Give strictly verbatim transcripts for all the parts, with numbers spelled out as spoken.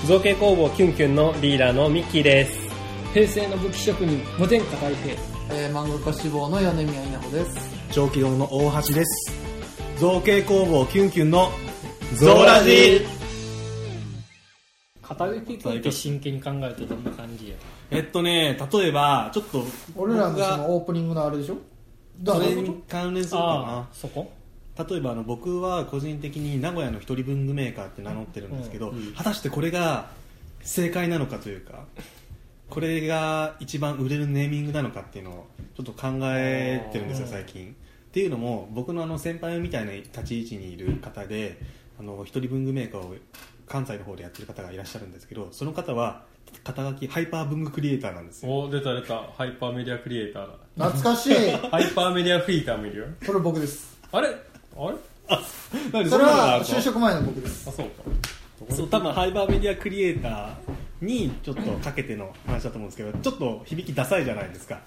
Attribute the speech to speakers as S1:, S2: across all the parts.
S1: 造形工房キュンキュンのリーダーのミッキーです。
S2: 平成の武器職人無天下太平、
S3: えー、漫画家志望の米宮稲穂です。
S4: 長期堂の大橋です。造形工房キュンキュンのゾーラジ。
S2: 肩書きついて真剣に考えるとどんな感じや。
S4: えっとね例えばちょっと
S3: 俺らのそのオープニングのあれでしょ、
S4: それに関連するかな。
S2: そこ
S4: 例えばあの僕は個人的に名古屋の一人文具メーカーって名乗ってるんですけど、うんうん、果たしてこれが正解なのかというか、これが一番売れるネーミングなのかっていうのをちょっと考えてるんですよ最近。っていうのも僕のあの先輩みたいな立ち位置にいる方で、あの一人文具メーカーを関西の方でやってる方がいらっしゃるんですけど、その方は肩書きハイパー文具クリエイターなんですよ。
S1: お出た出た、ハイパーメディアクリエイターだ。
S3: 懐かしい
S1: ハイパーメディアフリーターもいるよ。
S3: これ僕です。
S1: あれあれあ
S3: それは就職前の僕です。
S1: あ、そうか。
S4: そう多分ハイパーメディアクリエイターにちょっとかけての話だと思うんですけど、ちょっと響きダサいじゃないですか。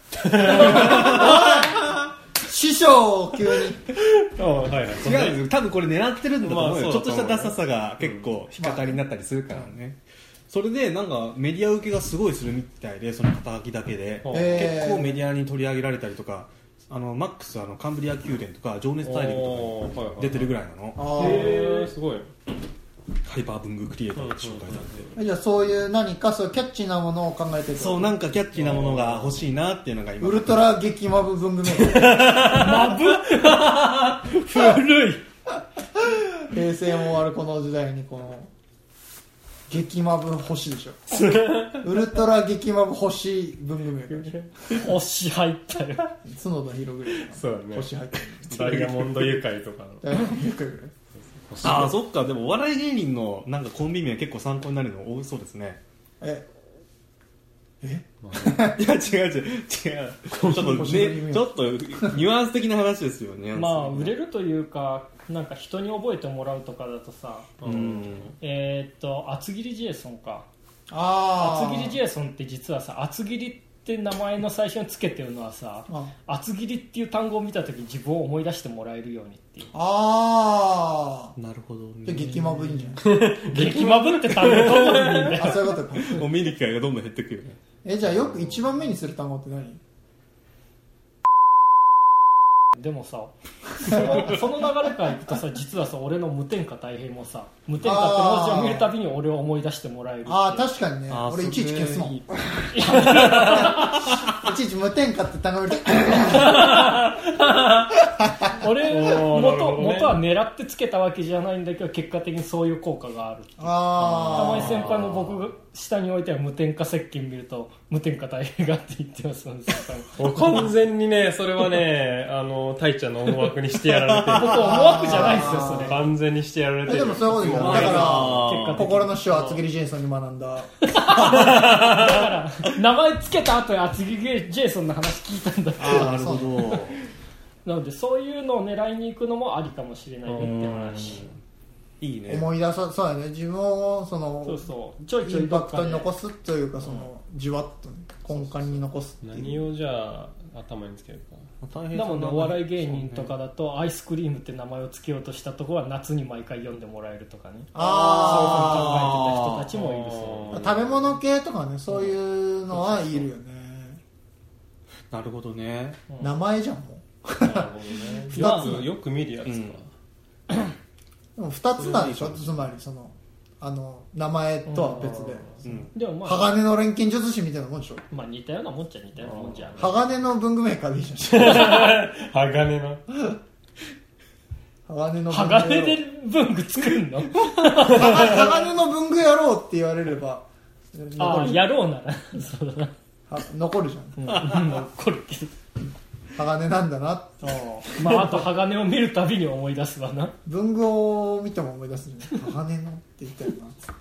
S3: 師匠急に
S1: あ、はいはい、
S4: 違うんですよ。多分これ狙ってるんだと思うよ、まあ、ちょっとしたダサさが結構引っかかりになったりするからね、まあ、それでなんかメディア受けがすごいするみたいで、その肩書きだけで、えー、結構メディアに取り上げられたりとか、あのマックスあのカンブリア宮殿とか情熱大陸とかに出てるぐらいなの。
S1: へー、すごい。
S4: ハイパー文具クリエイターって紹介されて、
S3: じゃあそういう何かそういうキャッチーなものを考えてる。
S4: そうなんかキャッチーなものが欲しいなっていうのが今。
S3: ウルトラ激マブ文具メーカー。
S2: マブ古い。
S3: 平成も終わるこの時代にこの激マブ欲しいでしょ。ウルトラ激マブ欲しい文具メーカー。
S2: 星入ったよ。
S3: 角田博ぐらい。
S1: そうだね。
S3: 星入ってる。
S1: ダイヤモンド愉快とかの。
S3: ダイヤモンド愉快ぐらい。
S4: ああそっか。でもお笑い芸人のなんかコンビ名結構参考になるの多そうですね。
S3: ええ
S4: いや違う違う違うちょっとねちょっとニュアンス的な話ですよね。
S2: まあ売れるというかなんか人に覚えてもらうとかだとさ、うん、えー、っと厚切りジェイソンか。
S3: あ
S2: 厚切りジェイソンって実はさ、厚切りって名前の最初につけてるのはさ、厚切りっていう単語を見た時に自分を思い出してもらえるようにっていう。
S3: あ
S4: あなるほどね。
S3: じゃ激マブいいんじゃない
S2: 激マブって単語どこにいいんだよ。
S3: あそういうことか。
S4: もう見る機会がどんどん減ってくるね。
S3: えじゃあよく一番目にする単語って何？
S2: でもさその、その流れからいくとさ、実はさ俺の無天下太平もさ、無天下って文字を見るたびに俺を思い出してもらえる。
S3: ああ確かにね。俺いちいち消すもん。いちいち無天下って単語見ると
S2: 俺元、元は狙ってつけたわけじゃないんだけど、結果的にそういう効果がある。
S3: あ
S2: 玉井先輩も僕が下に置いては無天下石鹸見ると無天下太平がって言ってます。
S1: 完全にねそれはねあのタイちゃんの思惑にしてやられてる。
S2: 僕思惑じゃないですよそれ。
S1: 完全にしてやられてる。
S3: でもそういうことだよ。だから心の師は厚切りジェイソンに学んだ。だ
S2: から名前つけた後に厚切りジェイソンの話聞いたんだって。
S4: あなるほど。
S2: なのでそういうのを狙いに行くのもありかもしれないねって話。
S4: いいね。
S3: 思い出さそうやね。自分をその
S2: そうそうちょいちょい
S3: インパクトに残すというか、そのじわっと根幹に残す。
S1: 何をじゃあ頭につけるか。
S2: だもんね、お笑い芸人とかだとアイスクリームって名前をつけようとしたところは夏に毎回読んでもらえるとかね。
S3: あ
S2: そういうふうに考えてた人たちもいる。そう
S3: 食べ物系とかね、そういうのはいるよね。
S4: なるほどね。
S3: 名前じゃんもう。
S1: なるほどね。よくよく見るやつか。
S3: でもふたつなんでしょ。つまりそのあの名前とは別で、
S2: うん、でもまあ
S3: 鋼の錬金術師みたいなもんでしょ。
S2: まあ似たようなもんじゃ似たようなもんじゃ。
S3: 鋼の文具メーカーでいいじゃん。
S1: 鋼の
S3: 鋼の
S2: 鋼で文具作るの？
S3: 鋼の文具やろうって言われれば、
S2: ああやろうならそうだな。
S3: 残るじゃん。
S2: うん、残るけど。
S3: 鋼なんだな。
S2: まああと鋼を見るたびに思い出すわな。
S3: 文具を見ても思い出すんじゃん。鋼のって言ったよ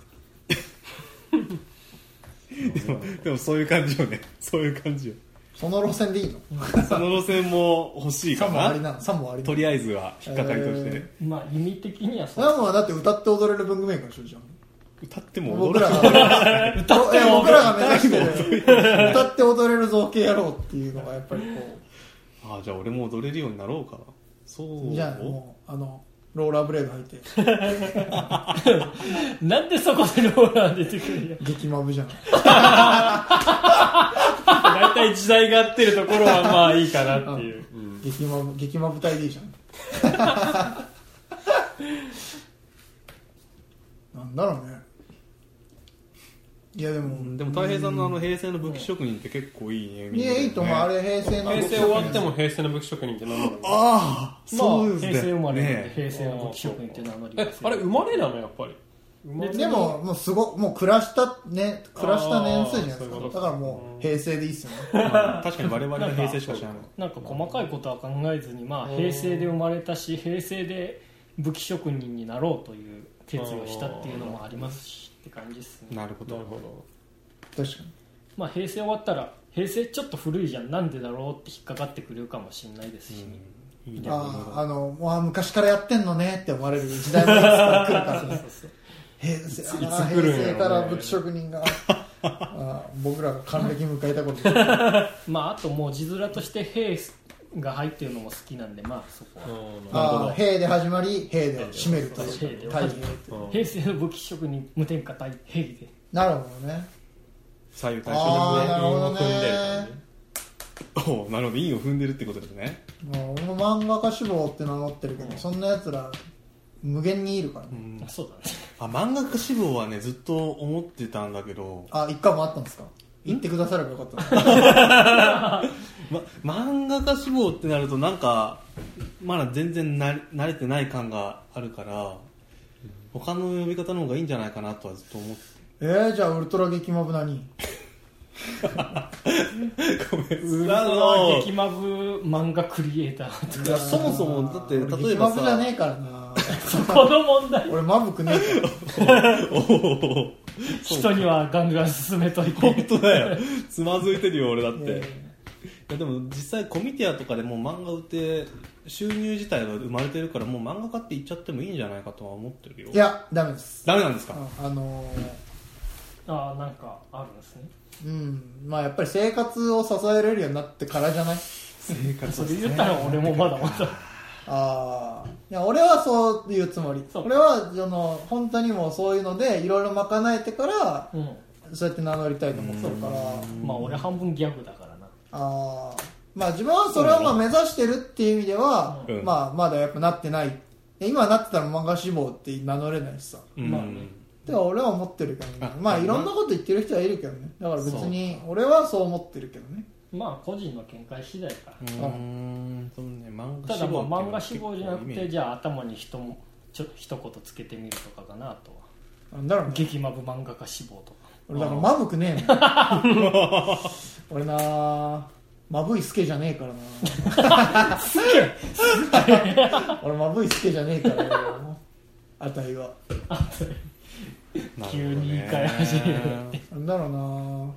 S4: な。でもでもそういう感じよね。そういう感じよ。
S3: その路線でいいの？
S4: その路線も欲しいかな。
S3: さもありなの。さもありなの。
S4: とりあえずは引っかかりとして、え
S2: ー、まあ意味的には
S3: そう。それはもうだって歌って踊れる文具メーカーでしょじゃん。
S4: 歌っても
S3: 踊れる。僕らが歌っても僕らが目指してる歌って踊れる造形やろうっていうのがやっぱりこう。
S4: ああじゃあ俺も踊れるようになろうか。そう。
S3: じゃあもうあのローラーブレード履いて
S2: なんでそこでローラー出てくるんや。
S3: 激マブじゃん。
S1: 大体時代が合ってるところはまあいいかなっていう、うん、
S3: 激マブ激マブ隊でいいじゃん。なんだろうね。いやでも
S4: でも太平さんのあの平成の武器職人って結構いいね。
S3: いやいいと思う、あれ平成の
S1: 平成終わっても平成の武器職人って名乗るの？
S4: ああ、そうですね。
S2: 平成生まれなんで、
S4: ね、
S2: 平成の武器職人って名乗りますよ。
S1: え、あれ生まれなのやっぱり。
S3: でももうすごもう暮らしたね暮らした年数じゃないですか。だからもう平成でいいっすよね。
S4: 確かに我々は平成しか知らない。
S2: なんか細かいことは考えずに、まあ平成で生まれたし平成で武器職人になろうという決意をしたっていうのもありますしって感じですね。
S4: なるほど。
S1: なるほど。
S3: 確かに。
S2: まあ平成終わったら平成ちょっと古いじゃんなんでだろうって引っかかってくるかもしれないですし、ね、
S4: うん、いいね。
S3: ああのもう昔からやってんのねって思われる時代もいつか来るからね。そうそうそう平成あ平成から武器職人があ僕らが還暦迎えたこと
S2: まああともう字面として兵が入ってるのも好きなんで、まあそこ
S3: はあ兵で始まり兵で締めるという
S2: 大兵平成の武器職人無添加対兵で
S3: なるほどね。
S4: 左右対称
S3: ああなるほどね。
S4: おなるほど、韻を踏んでるってことですね。
S3: もう俺も漫画家志望って名乗ってるけど、そんなやつら無限にいるからね。
S2: うん、そうだね。
S4: あ、漫画家志望はねずっと思ってたんだけど。
S3: あ、一回もあったんですか。言ってくださればよかった、
S4: ま、漫画家志望ってなるとなんかまだ全然な慣れてない感があるから他の呼び方の方がいいんじゃないかなとはずっと思って。
S3: えー、じゃあウルトラ激マブ何
S4: ごめん、
S2: ウルトラ激マブ漫画クリエイターとか
S4: そもそもだって例えばさ
S3: 激マブじゃねえからな
S2: そこの問題
S3: 俺マブくねえから
S2: 人にはガンガン進めといて
S4: 本当だよつまずいてるよ俺だって、
S3: えー、
S4: いやでも実際コミティアとかでも漫画売って収入自体が生まれてるからもう漫画家って言っちゃってもいいんじゃないかとは思ってるよ。
S3: いやダメです。
S4: ダメなんですか。
S3: あ、あの
S2: ー、あなんかあるんですね。
S3: うんまあやっぱり生活を支えれるようになってからじゃない。
S4: 生活
S2: それ言ったら俺もまだまだ
S3: ああいや俺はそういうつもり。俺はその本当にもうそういうのでいろいろ賄えてから、うん、そうやって名乗りたいと思ってるから。
S2: まあ俺半分ギャグだからな。
S3: ああまあ自分はそれをまあ目指してるっていう意味では、うん、まあまだやっぱなってない。今なってたら漫画志望って名乗れないしさ、うん、まあねでは俺は思ってるけどね。まあいろんなこと言ってる人はいるけどね。だから別に俺はそう思ってるけどね。
S2: まあ個人の見解次第か。
S4: うーんそうね、漫画
S2: ただまあ漫画志望じゃなくてじゃあ頭にひともちょ一言つけてみるとかかなとは。
S3: なんだろうね。
S2: 激マブ漫画家志望とか。
S3: 俺だからマブくねえの俺なマブいスケじゃねえからな
S2: スケ
S3: 俺マブいスケじゃねえからよあたいは
S2: 急に言い換え始める
S3: なんだろうな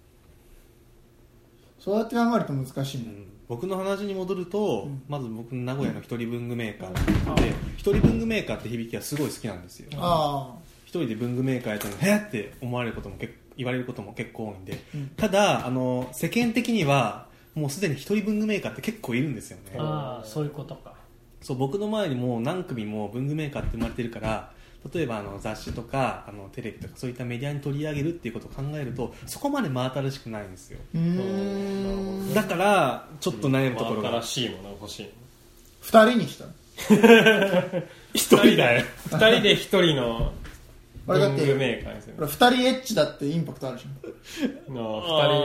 S3: そうやって考えると難しいね、うん、
S4: 僕の話に戻ると、うん、まず僕の名古屋の一人文具メーカーで、うん、一人文具メーカーって響きはすごい好きなんですよ。あ一人で文具メーカーやったのにへっって思われることも結構言われることも結構多いんで、うん、ただあの世間的にはもうすでに一人文具メーカーって結構いるんですよね。
S2: ああそういうことか。
S4: そう僕の前にも何組も文具メーカーって生まれてるから例えばあの雑誌とかあのテレビとかそういったメディアに取り上げるっていうことを考えるとそこまで真新しくないんですよ。うーんだからちょっと悩むところが、
S1: うん、新しいものが欲しい。
S3: 二人にした
S4: 一人だよ
S1: 二人で一人の
S3: 俺だって
S1: 文具メーカーにする。
S3: 俺二人エッチだってインパクトあるじゃん。
S1: の二人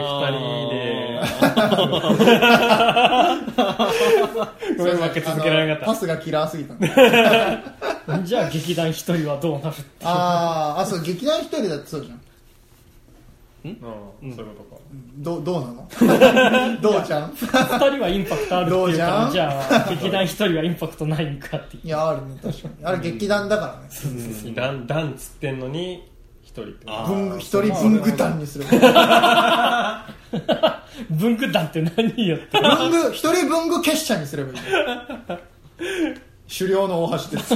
S1: 二人でごめん負け続けられなかった。
S3: パスがキラーすぎた
S2: じゃあ劇団一人はどうなるって。
S3: ああそう劇団一人だってそうじゃん。
S1: んうん、そういうことか。
S3: どどうなのどうじゃん
S2: ふたりはインパクトあるっていうからじゃあ劇団一人はインパクトないんかって
S3: いやあるね確かにあれ劇団だからね。
S1: 団団つってんのに一人って
S3: 文一人文具団にする
S2: 文具団って何よって
S3: 文具一人文具結社にすればいい狩猟の大橋です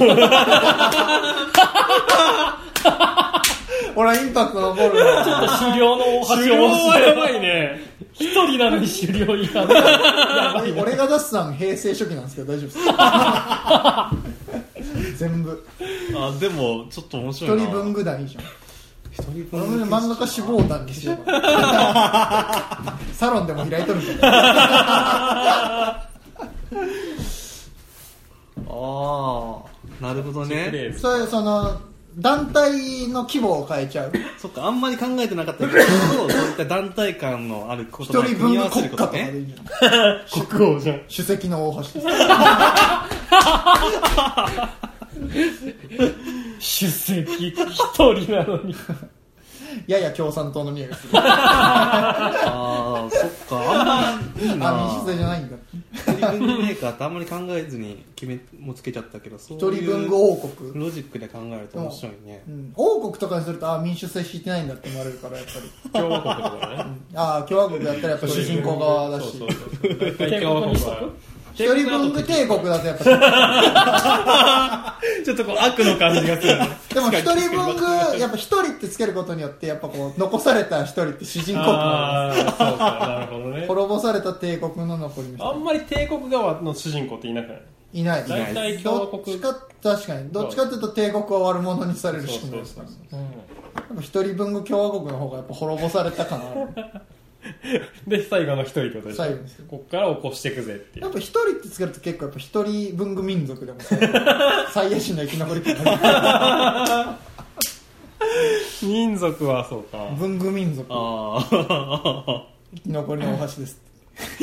S3: 俺はインパクトのボール
S2: ちょっと狩猟の大橋
S1: 狩猟はやばいね
S2: 一人なのに狩猟いかない
S3: 俺が出すのは平成初期なんですけど大丈夫ですか全部。
S4: あ、でもちょっと面白いな。
S3: 一人文具団いいじゃん。
S4: 一人
S3: 俺もね、
S4: 分
S3: 漫画家志望団にしようかな。サロンでも開いとるけど。
S4: ああ、なるほどね。
S3: そういうその団体の規模を変えちゃう。
S4: そっか、あんまり考えてなかったけど、そういった団体感のあること
S3: 一人文具国家とかでいいんじゃない国王じゃん。首席の大橋です。
S2: 主席一人なのに
S3: やや共産党の匂いがする。
S4: ああ、そっか、あんまいいな。
S3: あ、民主制じゃないんだ。
S4: 一人文具メーカーってあんまり考えずに決めもつけちゃったけど、そういう
S3: 一人文具王国
S4: ロジックで考えると面白いね。
S3: うん、王国とかにすると、あ、民主制してないんだって思われるから、やっぱり
S1: 共和国とかね、
S3: うん、あ、共和国だったらやっぱ主人公側だし、
S1: そうそうそう、大体共和国は
S3: 一人文具帝国だとやっぱ
S1: ちょっとこう悪の感じがする。
S3: でも一人文具やっぱ一人ってつけることによってやっぱこう残された一人って主人公
S1: ああ、そうか、なるほどね。
S3: 滅ぼされた帝国の残りの人。
S1: あんまり帝国側の主人公っていなくない？
S3: いない。
S1: 大体共和国。
S3: どっちか、確かにどっちかというと帝国は悪者にされる仕組みですからね。一人文具共和国の方がやっぱ滅ぼされたかな。
S1: で最後の一人ってことでしょ。
S3: 最後ですよ。
S1: こっから起こしていくぜっていう。
S3: やっぱ一人ってつけると結構やっぱ一人文具民族でも最野心の生き残りって
S1: 民族はそうか。
S3: 文具民族。
S4: ああ。
S3: 生き残りの大橋ですって。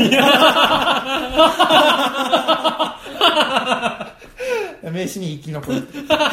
S3: 名刺に生き残り。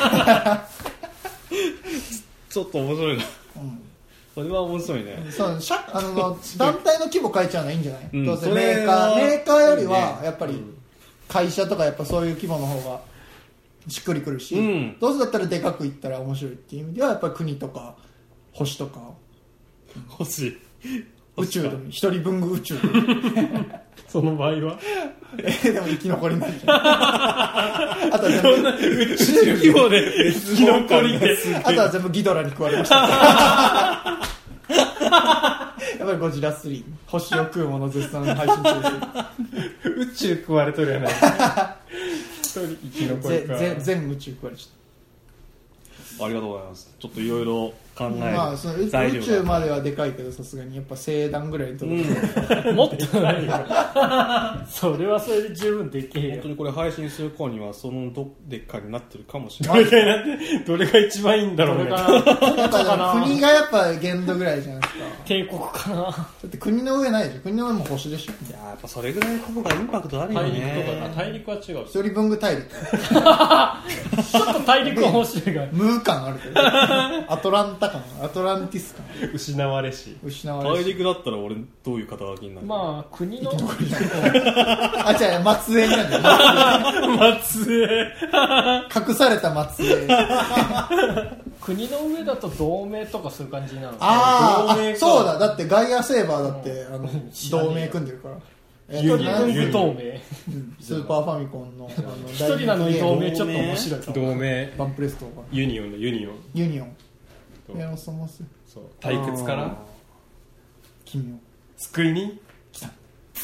S4: ちょっと面白いな。
S3: うん
S4: それは面白いね。
S3: そう、社あの団体の規模変えちゃうのはいいんじゃない、うん、どうせ
S4: そ
S3: メーカーメーカーよりはやっぱり
S1: うん
S3: 会社とかやっぱそういう規模の方がしっくりくるし、
S4: うん、
S3: どうせだったらでかくいったら面白いっていう意味ではやっぱり国とか星とか
S4: 欲しい
S3: 宇宙でも一人文具宇宙でも
S1: その場合は
S3: でも生き残りになるじゃんあとは全部
S1: 宇宙規模で生き残りって
S3: あとは全部ギドラに食われましたやっぱりゴジラスリー星を食うもの絶賛配信中
S1: です宇宙食われとるやない一人生き残りか
S3: ぜ全宇宙食われちゃった
S4: ありがとうございます。ちょっといろいろ考える、
S3: まあ、その宇宙まではでかいけどさすがにやっぱ星団ぐらいと、うん、
S2: もっとないよそれはそれで十分できへんよ。
S4: 本当にこれ配信する頃にはそのどれかになってるかもしれない。
S1: どれかになってどれが一番いいんだろうね。
S3: やっぱ国がやっぱ限度ぐらいじゃないですか。
S2: 帝国かな。だ
S3: って国の上ないでしょ。国の上も星でしょ。
S4: いややっぱそれぐらいの方がインパクトあるよね。
S1: 大陸とか大陸は違う。
S3: 一人文具大陸
S2: ちょっと大陸は欲しいが
S3: ムー感あるけどアトランタ感アトランティス感
S1: 失われし
S3: 失われし
S4: 大陸だったら俺どういう肩書きになる？
S2: まあ国の
S3: あ違う松江になるんだ
S1: よ松江
S3: 隠された末裔
S2: 国の上だと同盟とかそういう感じになるんですか。
S3: ああそうだだってガイアセーバーだって、うん、あの同盟組んでるから
S2: 一人分同盟、
S3: うん、スーパーファミコンの
S2: 一人なのに同盟ちょっと面白い
S1: 同盟
S3: バンプレストが
S1: ユニオンだユニオン
S3: ユニオンやらせます
S1: そう退屈から
S3: 君を
S1: 救いに
S3: 来た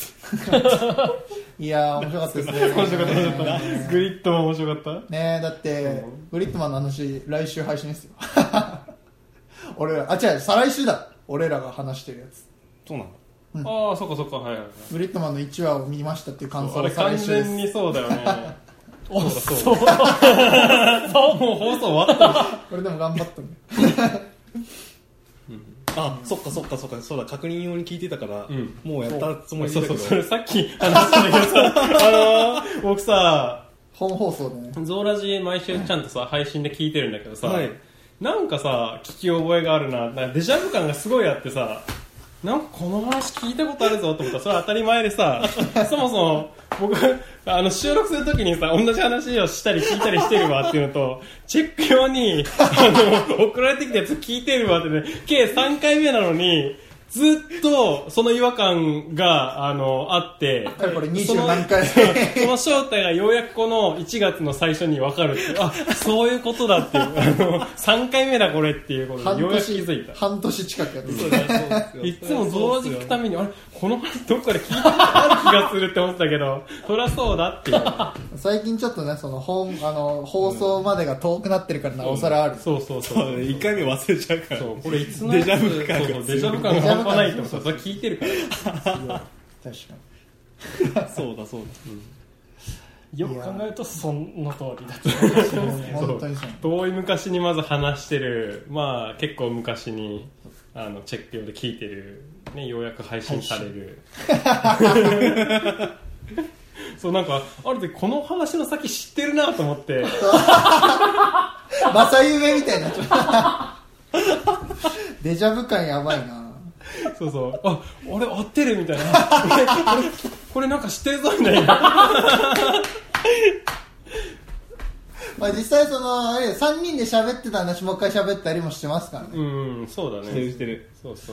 S3: いやー面白かったですね
S1: 面白かったグリッドも面白かった
S3: ねえだってグリッドマンの話来週配信ですよ俺らあ違う再来週だ俺らが話してるやつ
S4: そうなんだ
S1: うん、ああそっかそっかはいはい
S3: グリッドマンのいちわを見ましたっていう感想
S1: あれ完全にそうだよね
S2: お
S1: そうだそうだそうもう放送終わった
S3: これでも頑張ったんだよ、
S4: うん、あそっかそっかそっかそうだ確認用に聞いてたから、うん、もうやったつもりだけど
S1: そうそうそれさっき話したんだけどさあのー、僕さ
S3: 本放送でね
S1: ゾーラジ毎週ちゃんとさ配信で聞いてるんだけどさ、
S4: はい、
S1: なんかさ聞き覚えがあるななんかデジャブ感がすごいあってさなんかこの話聞いたことあるぞと思ったらそれは当たり前でさそもそも僕あの収録するときにさ同じ話をしたり聞いたりしてるわっていうのとチェック用にあの送られてきたやつ聞いてるわってね計さんかいめなのにずっとその違和感があのあって
S3: これにじゅう何回
S1: その正体がようやくこのいちがつの最初に分かるっていうあそういうことだっていうあのさんかいめだこれっていうことでようやく気づいた
S3: 半年近くやってる
S1: いつもゾーラジ聞くためにあれこの話どっかで聞いたことある気がするって思ってたけどそりゃそうだっていう
S3: 最近ちょっとねその本あの放送までが遠くなってるからなおさらある、
S1: うん、そうそうそう
S4: いっかいめ忘れちゃうから
S1: そうこれいつのやつ
S4: デジャブ感が
S1: そうそうデジャブ感が半端ないって思ったそれ聞いてるから
S3: 確か
S4: そうだそうだ、
S2: よく考えるとその通りだと思います
S3: に本当にそう
S1: 遠い昔にまず話してるまあ結構昔にあのチェック用で聞いてる、ね、ようやく配信されるそうなんかある時この話の先知ってるなと思って
S3: 正夢みたいになっちゃうデジャブ感やばいな
S1: そうそうあ俺合ってるみたいなこれこれなんか知ってるぞみたいな
S3: まあ実際そのあれさんにんで喋ってた話もう一回喋ったりもしてますからね
S1: うんそうだね
S4: してるしてる
S1: そうそう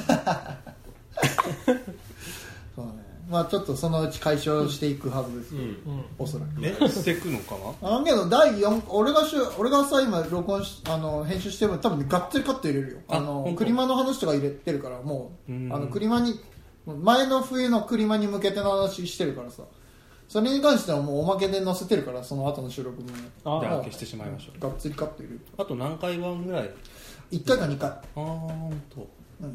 S3: そうねまあちょっとそのうち解消していくはずですよ、
S1: うん
S3: おそらく
S4: えしてくのかな
S3: あのけどだいよん俺がし俺がさ今録音しあの編集してるの多分ねがっつりカット入れるよあ
S4: あ
S3: の
S4: 本当
S3: クリマの話とか入れてるからもう
S4: うん
S3: あのクリマに前の冬のクリマに向けての話してるからさそれに関してはもうおまけで載せてるからその後の収録分
S2: あ
S4: じゃあ消してしまいましょう
S3: がっつりカット入れる
S4: あと何回版ぐらい
S3: いっかいかにかい
S4: ああほんと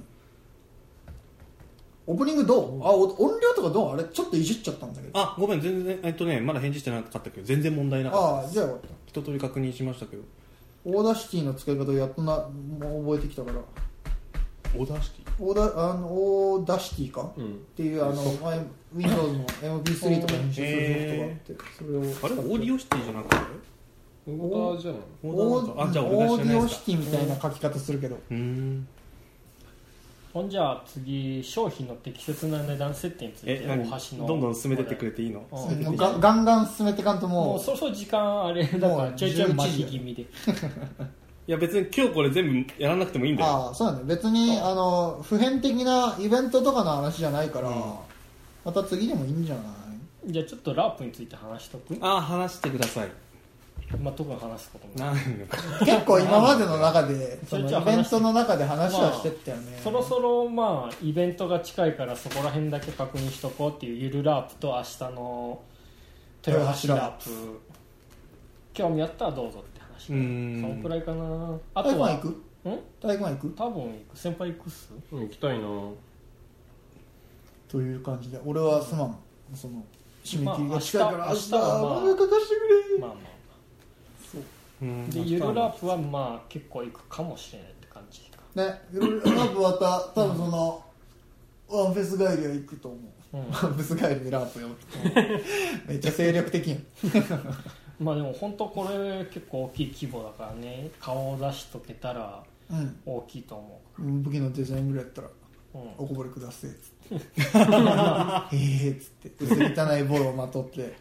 S3: オープニングどうあお音量とかどうあれちょっといじっちゃったんだけど
S4: あごめん全然えっとねまだ返事してなかったけど全然問題なかった
S3: ああじゃあよかった
S4: 一通り確認しましたけど
S3: オーダーシティの使い方やっとなもう覚えてきたから
S4: オーダーシティ
S3: オーダーあのオーダーシティか、
S1: うん
S3: っていうあの前 Windows の エムピースリー とか編集するソフトがあってそれを
S4: あれオーディオシティじゃなくて
S1: オーダーじゃない
S4: オ
S3: オ
S4: ーダーなんだあじゃあ
S3: オ
S4: 俺が
S3: ーディオシ
S4: 知らないやつだ
S3: ティみたいな書き方するけど、
S4: うーん
S2: ほんじゃあ次商品の適切な値段設定について
S4: え何
S2: お箸の
S4: どんどん進めてってくれていいの
S2: うん
S4: 進めてっていい
S3: ガガンガン進めていかんともう
S2: もうそろそろ時間あれだからちょいちょい巻き気味で
S4: いや別に今日これ全部やらなくてもいいんだよ
S3: ああそうだね別にあの普遍的なイベントとかの話じゃないから、
S4: うん
S3: また次でもいいんじゃない
S2: じゃあちょっとラープについて話しとく
S4: ああ話してください
S2: まあ特に話すこともない
S4: なん
S3: 結構今までの中でその
S2: それじゃあ
S3: イベントの中で話はしてったよね、
S2: そろそろまあイベントが近いからそこら辺だけ確認しとこうっていうゆるラープと明日の豊橋ラープ興味あったらどうぞって話
S4: うーん
S2: そのくらいかなあ
S3: 体育館
S2: とは
S3: 行く
S2: ん
S3: 体育館行く
S2: 多分行く先輩行くっす
S1: うん行きたいな
S3: という感じで俺はすまんその締め切りが近いから
S2: まあ
S3: 明日
S2: 明日はまあ
S3: は書かしてくれ、
S2: まあまあ
S4: うん
S2: でゆるラープはまあ結構行くかもしれないって感じか
S3: ねいろいろラープまた多分その、ワンフェス帰りは行くと思う、
S2: うん
S3: ワンフェス帰りでラープやるめっちゃ精力的やん
S2: まあでも本当これ結構大きい規模だからね顔を出しとけたら
S3: うん
S2: 大きいと思
S3: 武器のデザインぐらいやったら
S2: う、うん
S3: おこぼれくださいっつってへえっつって薄汚いボロをまとって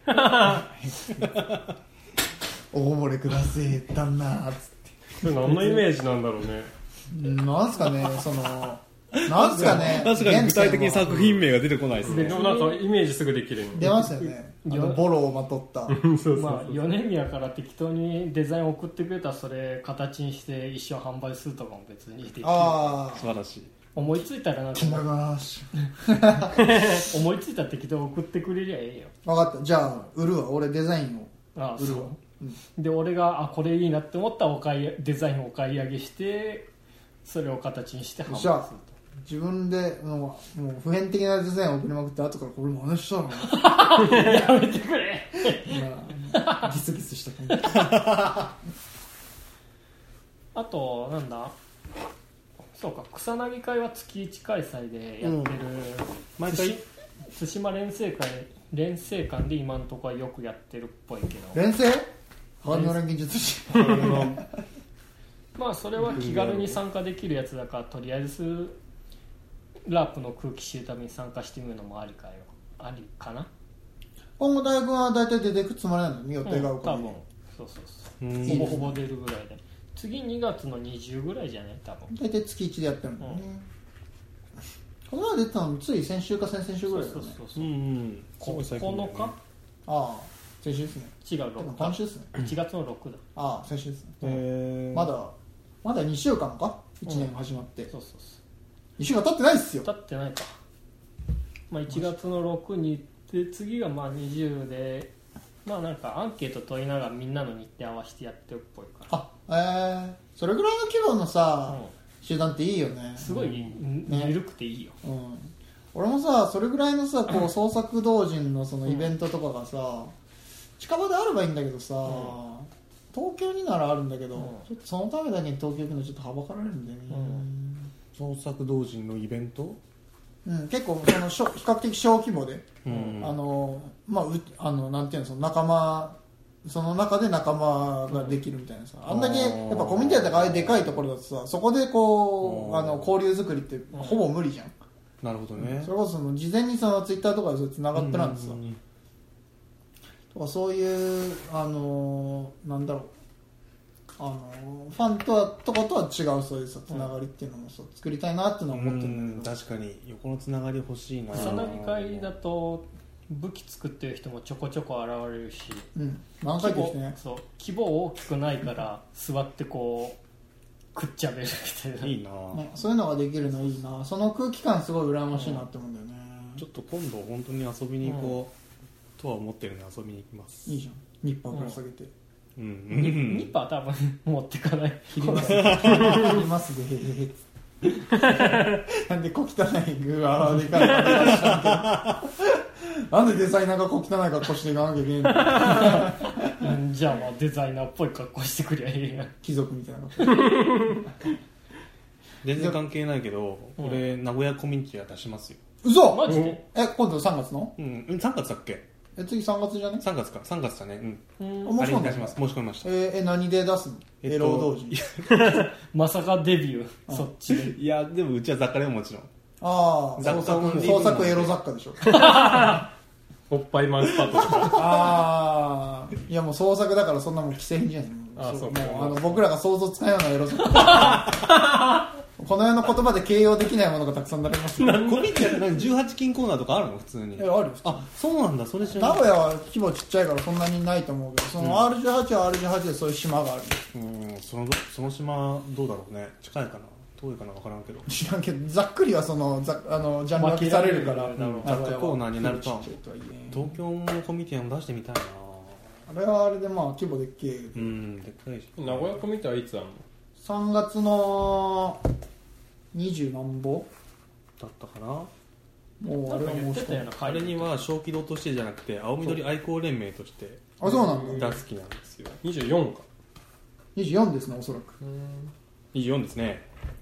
S3: おこぼれください旦那っつって
S1: それ何のイメージなんだろうね
S3: なんすかねそのなんすかね
S4: 確かに具体的に作品名が出てこないですね
S1: でもなんかイメージすぐできる
S3: 出ますよねあのボロをまとった
S1: そうそうそう、
S2: まあ米宮から適当にデザイン送ってくれたらそれ形にして一生販売するとかも別にできる
S3: ああ
S4: 素晴らしい
S2: 思いついたらなんか
S3: 気まがし
S2: 思いついたら適当に送ってくれりゃええよ
S3: 分かったじゃあ売るわ俺デザインを
S2: ああそう
S3: 売るわ、うん
S2: で俺があこれいいなって思ったらお買いデザインをお買い上げしてそれを形にして販売すると
S3: 自分でもうもう普遍的なデザインを送りまくって後からこれ真似したの
S2: やめてくれ
S3: まあギスギスした感じ
S2: あとなんだそうか草薙会は月いち開催でやってる、
S4: 毎回
S2: 対馬連成会連成館で今のところはよくやってるっぽいけど
S3: 連成ハンド連技術師
S2: まあそれは気軽に参加できるやつだからとりあえずラープの空気知るために参加してみるのもありかよありかな
S3: 今後大学は大体出てくつもりなのに予定が合うから、
S2: うん多分そうそうそう
S4: うん
S2: ほぼほぼ出るぐらいで次にがつのにじゅうぐらいじゃない多分
S3: 大体月いちでやってるんだよね、この前出てたのつい先週か先々週ぐらいだよね
S2: そうそうそう
S4: うんうん
S2: こ
S4: すごい最近だよね
S2: このか
S3: ああ先週ですね
S2: 違う
S3: でも
S2: ろく
S3: 今週ですね
S2: いちがつのろくだ
S3: ああ先週ですね
S4: へー
S3: まだまだにしゅうかんかいちねん始まって、
S2: そうそうそ
S3: にしゅうかん経ってないっすよ
S2: う立ってないかまあ、いちがつのろくにで次がまあにじゅうで、まあなんかアンケート取りながらみんなの日程合わせてやってるっぽいから。
S3: あ、えー、それぐらいの規模のさ、うん、集団っていいよね。
S2: すごい、うん、ね、緩くていいよ、
S3: うん、俺もさそれぐらいのさこう創作同人のそのイベントとかがさ、うん、近場であればいいんだけどさ、うん、東京にならあるんだけど、うん、ちょっとそのためだけに東京行くのちょっとはばかられるんだよね、
S4: うん、創作同人のイベント、
S3: うん、結構その比較的小規模で、うん、あのまあうあのなんていうのその仲間その中で仲間ができるみたいなさ、うん、あんだけやっぱコミュニティだとかああいうでかいところだとさそこでこうあの交流作りってほぼ無理じゃん。
S4: なるほどね。
S3: それこそその事前にそのツイッターとかでつながってなんてさ、うんうんうん、とかそういうあのなんだろうあのファンとはとかとは違うそういうさつながりっていうのもさ作りたいなっていうのは思ってるんだけど、
S4: 確かに横のつながり欲しいな。
S2: 草薙会だと武器作ってる人もちょこちょこ現れるし、
S3: うん、何回ですね。
S2: そう規模大きくないから座ってこうくっちゃべるみたいな。
S4: いいな、
S3: ね、そういうのができるのいいな。その空気感すごい羨ましいなって思うんだよね、
S4: うん、ちょっと今度本当に遊びに行こう、うん、とは思ってるんで遊びに行きます。
S3: いいじゃん。ニッパーぶら下げて、
S2: うんうん、ニ, ニッパー多分持ってかない。
S3: 切ります切りますでへへへなんで小汚いグーアーでかいなんでデザイナーが小汚い格好していかなきゃいけない
S2: のじゃあまあデザイナーっぽい格好してくりゃいいや。
S3: 貴族みたいな格好
S4: 全然関係ないけど、うん、俺名古屋コミュニティは出しますよ。
S3: 嘘
S2: マジで？
S3: え今度さんがつの？
S4: うんさんがつだっけ？
S3: え次さんがつじゃね？
S4: さんがつかさんがつだね。うん。
S3: うん、
S4: あれに出します。申し込みました。
S3: えー、え何で出すの？
S4: えっと、
S3: エロ同時
S2: まさかデビューそっちで。
S4: いやでもうちは雑貨でももちろん。
S3: ああ創作創作エロ雑貨でしょ。
S1: おっぱいマウスパッドとか。
S3: ああいやもう創作だからそんなもん既製品じゃない。
S1: あそう
S3: もうあの僕らが想像つかないようなエロ雑貨。この世の言葉で形容できないものがたくさん並びます。
S4: コミュニティってじゅうはち金コーナーとかあるの普通に？
S3: えあるよ。
S4: あそうなんだ。それ知らない。
S3: 名古屋は規模ちっちゃいからそんなにないと思うけど、その アールじゅうはち は アールじゅうはち でそういう島がある。
S4: うんそのその島どうだろうね。近いかな遠いかな分からんけど。
S3: 知らんけどざっくりはそのざあのジャンル分けされるから、
S4: うん、雑貨コーナーになると東京のコミュニティも出してみたいな。
S3: あれはあれでまあ規模でっけえ。
S4: うんでっかいし。
S1: 名古屋コミュニティはいつあるの？
S3: さんがつのにじゅうなんぼ
S4: だったかな。
S3: もうあれはもう
S4: あれには小規模としてじゃなくて青緑愛好連盟として
S3: あそうなん
S4: だ大好きなんですよ。
S1: にじゅうよんか
S3: にじゅうよんですねおそらく。
S4: にじゅうよんですね。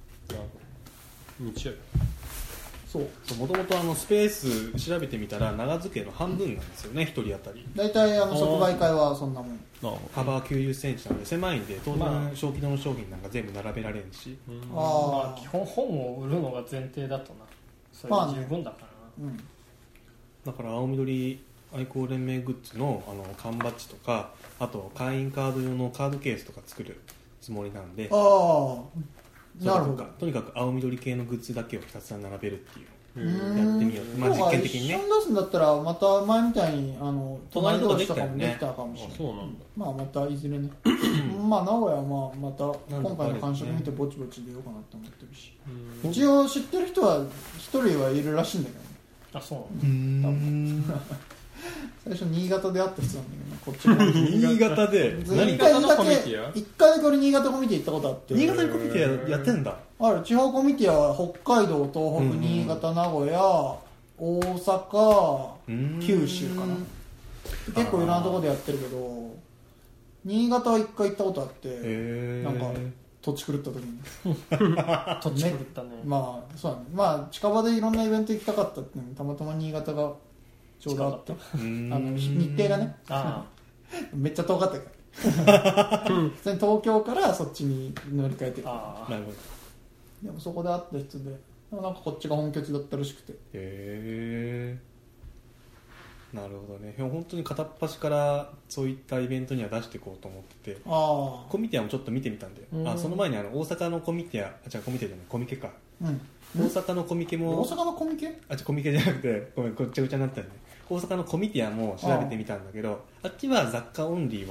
S1: 日曜日。
S3: そう
S4: もともとあのスペース調べてみたら長付けの半分なんですよねひとり当たり。
S3: 大体あの即売会はそんなもん。
S4: 幅きゅうじゅっセンチなので狭いんで当然小規模の商品なんか全部並べられんし、
S2: ああ基本本を売るのが前提だとなそれで十分だからな、まあね
S4: うん、だから青緑愛好連盟グッズ の, あの缶バッジとかあと会員カード用のカードケースとか作るつもりなんで、
S3: ああなるほど。
S4: とにかく青緑系のグッズだけをひたすら並べるっていうやってみよう。まあ実験的にね。
S3: 一緒に出すんだったらまた前みたいにあの
S4: 隣とかでき
S3: とか
S4: たよね。
S3: もできたかもしれない。
S1: そうなんだ。
S3: まあまたいずれね。まあ名古屋はまあまた今回の感触見てぼちぼち出ようかなと思ってるし。一応知ってる人は一人はいるらしいんだけどね。
S2: あそうなんだ。
S3: 最初新潟で会った人なんだけどねこっちの
S4: 新潟で
S3: 何回だけ一回だけ俺新潟コミュニティ行ったことあって。
S4: 新潟にコミュニティやってんだ。
S3: ある地方コミュニティは北海道東北、うん、新潟名古屋大阪九州かな。結構いろんなところでやってるけど新潟は一回行ったことあってなんか土地狂った時に
S2: 土地狂ったね。
S3: まあそうだね。まあ近場でいろんなイベント行きたかったってたまたま新潟がちょうどあってあの日程がねあめっちゃ遠かったから普通に東京からそっちに乗り換えてる。
S2: あ
S4: なるほど。
S3: でもそこで会った人でなんかこっちが本拠地だったらしくて。へ
S4: えなるほどね。本当に片っ端からそういったイベントには出していこうと思ってて、あコミティアもちょっと見てみたんで、うん、あその前にあの大阪のコミティアあ違うコミティアじゃないコミケか、うん、大阪のコミケも
S3: 大阪のコミケ
S4: あ違うコミケじゃなくてごめんごっちゃごちゃになったんで大阪のコミティアも調べてみたんだけど、うん、あっちは雑貨オンリーは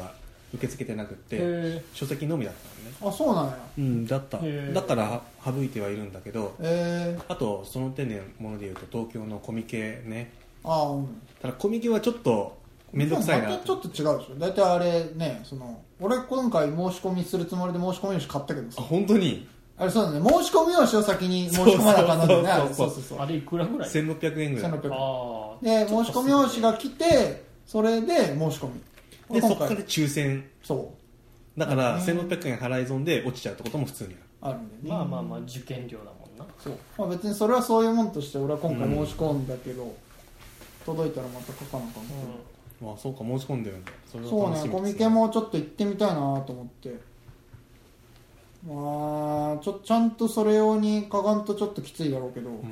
S4: 受け付けてなくって書籍のみだったのね。
S3: あ、そうなんや。
S4: うんだっただから省いてはいるんだけど、
S3: えー、
S4: あとその点のものでいうと東京のコミケね。
S3: あ、うん、
S4: ただコミケはちょっと面倒くさいな。
S3: またちょっと違うでしょ。大体あれね、その俺今回申し込みするつもりで申し込み用紙買ったけどさ。
S4: あ、本当に
S3: あれそうだね、申し込み用紙を先に申し込まなかったんだよね。
S4: そうそうそう
S2: あれいくらぐらい？
S4: せんろっぴゃくえんぐらい。
S3: せんろっぴゃく
S2: あ
S3: で申し込み用紙が来て、それで申し込み
S4: でそこから抽選。
S3: そう
S4: だからせんろっぴゃくえん払い損で落ちちゃうってことも普通にある。
S3: あるんだよね。
S2: まあまあまあ受験料だもんな。
S3: そう、まあ、別にそれはそういうもんとして俺は今回申し込んだけど、うん、届いたらまた書かなかった、
S4: うん、あ、そうか、申し込んでるんだ。それは
S3: そう
S4: 楽しみですね。
S3: ね、コミケもちょっと行ってみたいなと思って、まあちょちゃんとそれ用にかがんとちょっときついだろうけど、うん、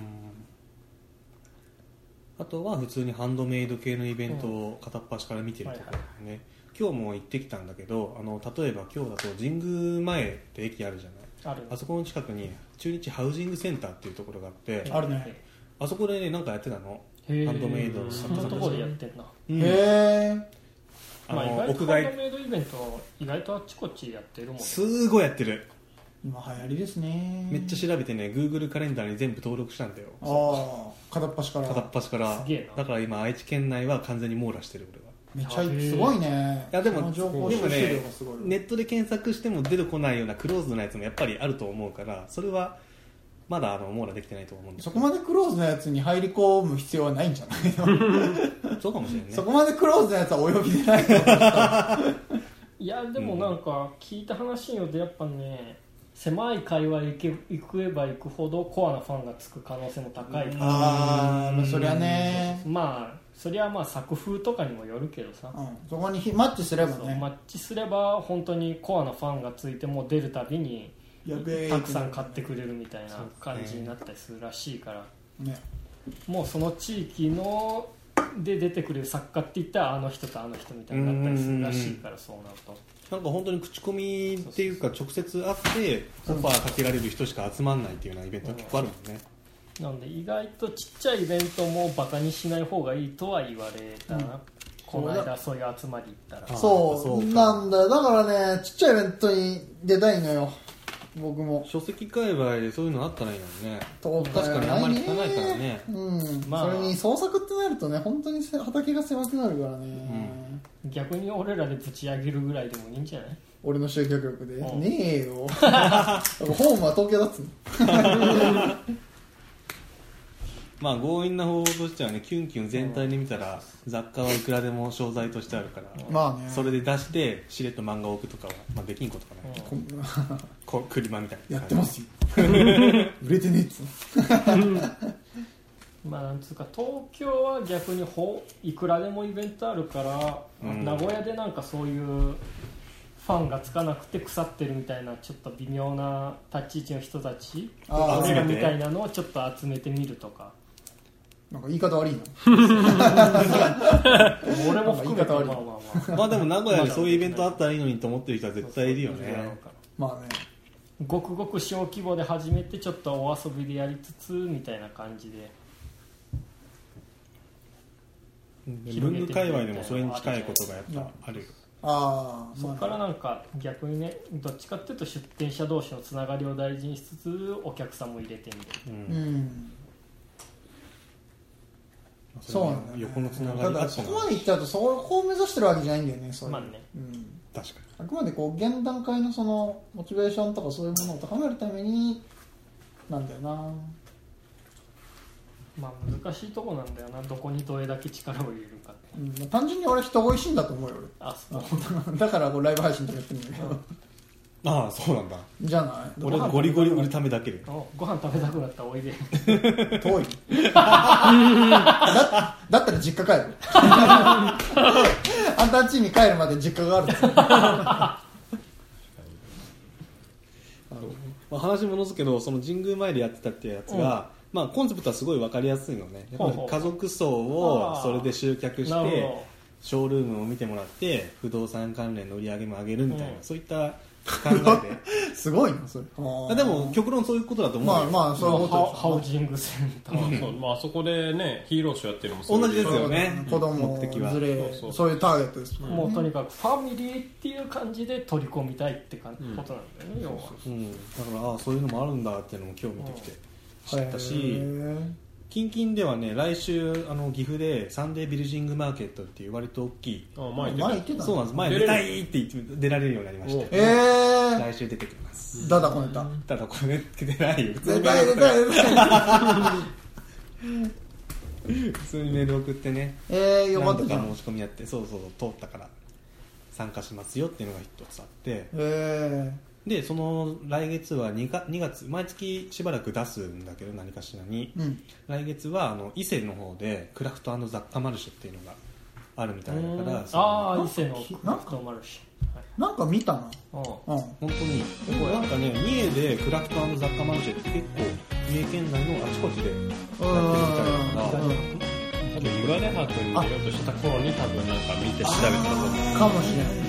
S4: あとは普通にハンドメイド系のイベントを片っ端から見てるところね、うんはいはい、今日も行ってきたんだけど、あの例えば今日だと神宮前って駅あるじゃない。
S2: ある、
S4: あそこの近くに中日ハウジングセンターっていうところがあって、
S3: あるね。
S4: あそこでね、なんかやってたの。ハンドメイドの
S2: そんなところでやってんな、
S3: うん、へえ。
S2: まあ、意外とハンドメイドイベント意外とあっちこっちやってるもんね。
S4: すごいやってる。
S3: 今流行りですね。
S4: めっちゃ調べてね、 Google カレンダーに全部登録したんだよ。
S3: ああ、片っ端から
S4: 片っ端から
S2: すげえな。
S4: だから今愛知県内は完全に網羅してる俺は。
S3: めっちゃすごいね。
S4: いやでも、
S3: その情報収集量がすごい、
S4: ね、ネットで検索しても出てこないようなクローズドなやつもやっぱりあると思うから、それはまだあの網羅できてないと思うんです。
S3: そこまでクローズなやつに入り込む必要はないんじゃないの
S4: そうかもしれないね。
S3: そこまでクローズなやつはお呼びでないと思う
S2: いやでもなんか聞いた話によってやっぱね、狭い界隈行け行けば行くほどコアなファンがつく可能性も高いから、
S3: ああ、そりゃね、
S2: まあそりゃまあ作風とかにもよるけどさ、
S3: うん、そこにマッチすればね、
S2: マッチすれば本当にコアなファンがついても出るたびに
S3: やべえ
S2: たくさん買ってくれるみたいな感じになったりするらしいから、ね、もうその地域ので出てくれる作家って言ったらあの人とあの人みたいになったりするらしいから、そうなると
S4: なんか本当に口コミっていうか直接会ってオファーかけられる人しか集まんないっていうようなイベントが結構あるもんね。
S2: なので意外とちっちゃいイベントもバカにしない方がいいとは言われたな、うん、この間そういう集まり行ったら。
S3: そうそうなんだよ。だからね、ちっちゃいイベントに出たいのよ、僕も。
S4: 書籍界隈でそういうのあったらいいのにね。確かにあんまり聞かないからね、
S3: うん、まあ、それに創作ってなるとね、本当に畑が狭くなるからね、
S2: うん、逆に俺らでぶち上げるぐらいでもいいんじゃない？
S3: 俺の集客力で、うん、ねえよホームは東京だっつの
S4: まあ強引な方法としてはね、キュンキュン全体で見たら雑貨はいくらでも商材としてあるから、
S3: まあね、
S4: それで出してしれっと漫画を置くとかは、まあ、できんことかない、うん、こクリマみたいな
S3: やってますよ売れてねえっつ
S2: まあなんつうか東京は逆にほいくらでもイベントあるから、うん、名古屋でなんかそういうファンがつかなくて腐ってるみたいなちょっと微妙な立ち位置の人たち俺らみたいなのをちょっと集めてみるとか。
S3: なんか言い方悪いな
S2: 俺も含めてまあまあま
S4: あまあでも名古屋でそういうイベントあったらいいのにと思ってる人は絶対いるよね。
S3: まあね、
S2: ごくごく小規模で始めてちょっとお遊びでやりつつみたいな感じで
S4: 文具界隈でもそれに近いことがやっぱあるよ。
S3: ああ、
S2: そこからなんか逆にね、どっちかっていうと出店者同士のつながりを大事にしつつお客さんも入れてみる、うん、うん
S3: そうなんだ、ね、
S4: 横のつながり
S3: ただそこまでいっちゃうとそこを目指してるわけじゃないんだよね、それ、
S2: まあね、
S3: うん、
S4: 確かに
S3: あくまでこう現段階のそのモチベーションとかそういうものを高めるためになんだよな。
S2: まあ難しいとこなんだよな、どこにどれだけ力を入れるかって、
S3: うん、単純に俺人恋しいんだと思うよ
S2: 俺。あ、そう
S3: だからこうライブ配信とかやってるんだけど
S4: ああ、そうなんだ。
S3: じゃない
S4: 俺ゴリゴリ売るためだけで。
S2: ご飯食べたくなったらおいで
S3: 遠いだ, だったら実家帰るあんたん家に帰るまで実家がある
S4: あの、まあ、話戻すけど、その神宮前でやってたってやつが、うん、まあ、コンセプトはすごい分かりやすいのね。やっぱり家族層をそれで集客してショールームを見てもらって不動産関連の売り上げも上げるみたいな、うん、そういった考え
S3: ですごいなそれ。
S4: でも極論そういうことだと思う。
S3: まあまあそういうことです。
S2: ハウジングセンター、
S1: そう、まあ、そこでねヒーローショーやってるのもそう
S4: 同じですよね。
S3: 子供連れそうそうそういうターゲットです、
S2: ね、もうとにかくファミリーっていう感じで取り込みたいってか、うん、ことなんだよね要は、
S4: うん、だからああそういうのもあるんだっていうのも今日見てきて知ったし、近々ではね来週あの岐阜でサンデービルジングマーケットっていう割と大きい、
S1: あ前
S3: 言ってた
S4: そうなんです、前出たいって言って出られるようになりまして、
S3: えー、
S4: 来週出てきます。
S3: だだこねた
S4: だだこねてないよ。
S3: 出たい出たい出たい
S4: 普通にメール送ってね、
S3: えー、よかったじゃん。
S4: なんとか申し込みやって、そうそう通ったから参加しますよっていうのが一つあって、
S3: え
S4: ー、でその来月は 2, かにがつ毎月しばらく出すんだけど何かしらに、うん、来月はあの伊勢の方でクラフト&雑貨マルシェっていうのがあるみたいだから、
S2: ああ伊勢のクラフトマルシェ
S3: なんか見たな。
S2: うん、
S4: 本当にでもなんかね三重でクラフト&雑貨マルシェって結構三重県内のあちこちでやってるみたいだから、
S1: 多分岩出博に出ようとした頃に多分なんか見て調べたと思う
S3: かもしれない。